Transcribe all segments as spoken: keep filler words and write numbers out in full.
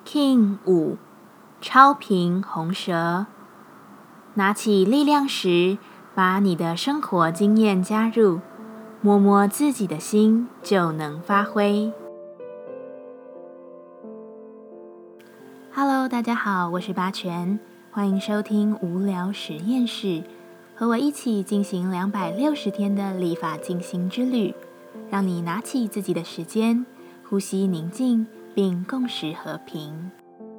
King 五，超频红蛇。拿起力量时，把你的生活经验加入，摸摸自己的心，就能发挥。Hello， 大家好，我是八全，欢迎收听无聊实验室，和我一起进行两百六十天的立法进行之旅，让你拿起自己的时间，呼吸宁静，并共识和平。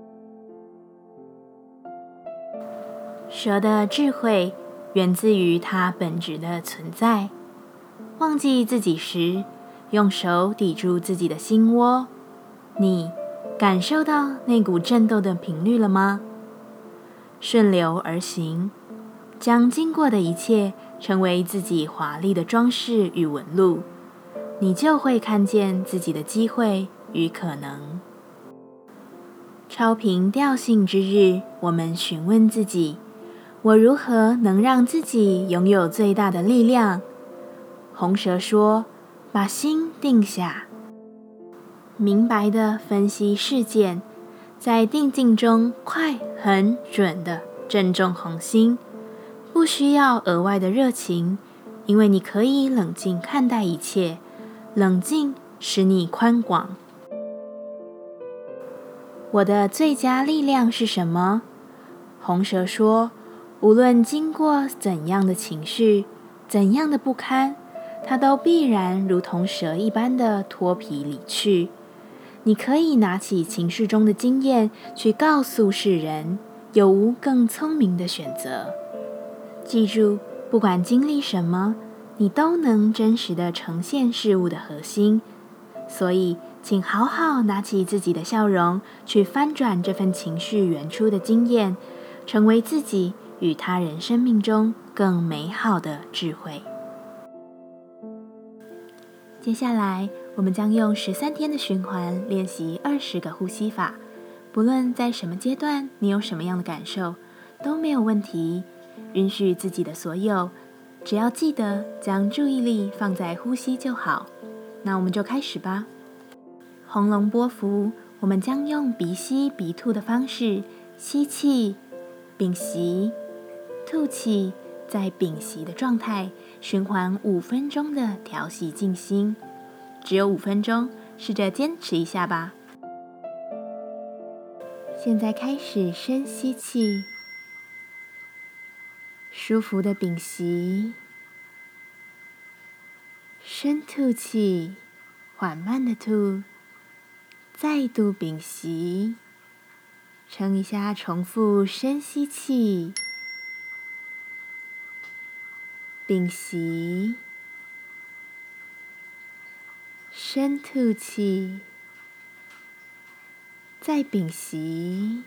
蛇的智慧源自于它本质的存在。忘记自己时，用手抵住自己的心窝。你感受到那股震动的频率了吗？顺流而行，将经过的一切成为自己华丽的装饰与纹路，你就会看见自己的机会与可能。超频调性之日，我们询问自己：我如何能让自己拥有最大的力量？红蛇说：把心定下，明白地分析事件，在定境中快、很准地正中红心，不需要额外的热情，因为你可以冷静看待一切，冷静使你宽广。我的最佳力量是什么？红蛇说：无论经过怎样的情绪，怎样的不堪，它都必然如同蛇一般的脱皮离去。你可以拿起情绪中的经验，去告诉世人，有无更聪明的选择。记住，不管经历什么，你都能真实地呈现事物的核心。所以，请好好拿起自己的笑容，去翻转这份情绪原初的经验，成为自己与他人生命中更美好的智慧。接下来，我们将用十三天的循环练习二十个呼吸法。不论在什么阶段，你有什么样的感受，都没有问题。允许自己的所有，只要记得将注意力放在呼吸就好。那我们就开始吧。红龙波符，我们将用鼻吸鼻吐的方式，吸气，屏息，吐气，在屏息的状态循环五分钟的调息静心。只有五分钟，试着坚持一下吧。现在开始深吸气，舒服的屏息，深吐气，缓慢的吐，再度屏息，撑一下，重复深吸气，屏息，深吐气，再屏息。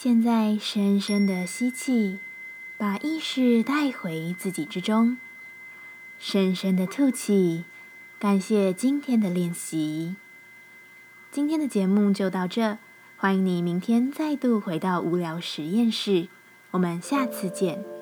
现在深深的吸气，把意识带回自己之中。深深的吐气，感谢今天的练习。今天的节目就到这，欢迎你明天再度回到无聊实验室，我们下次见。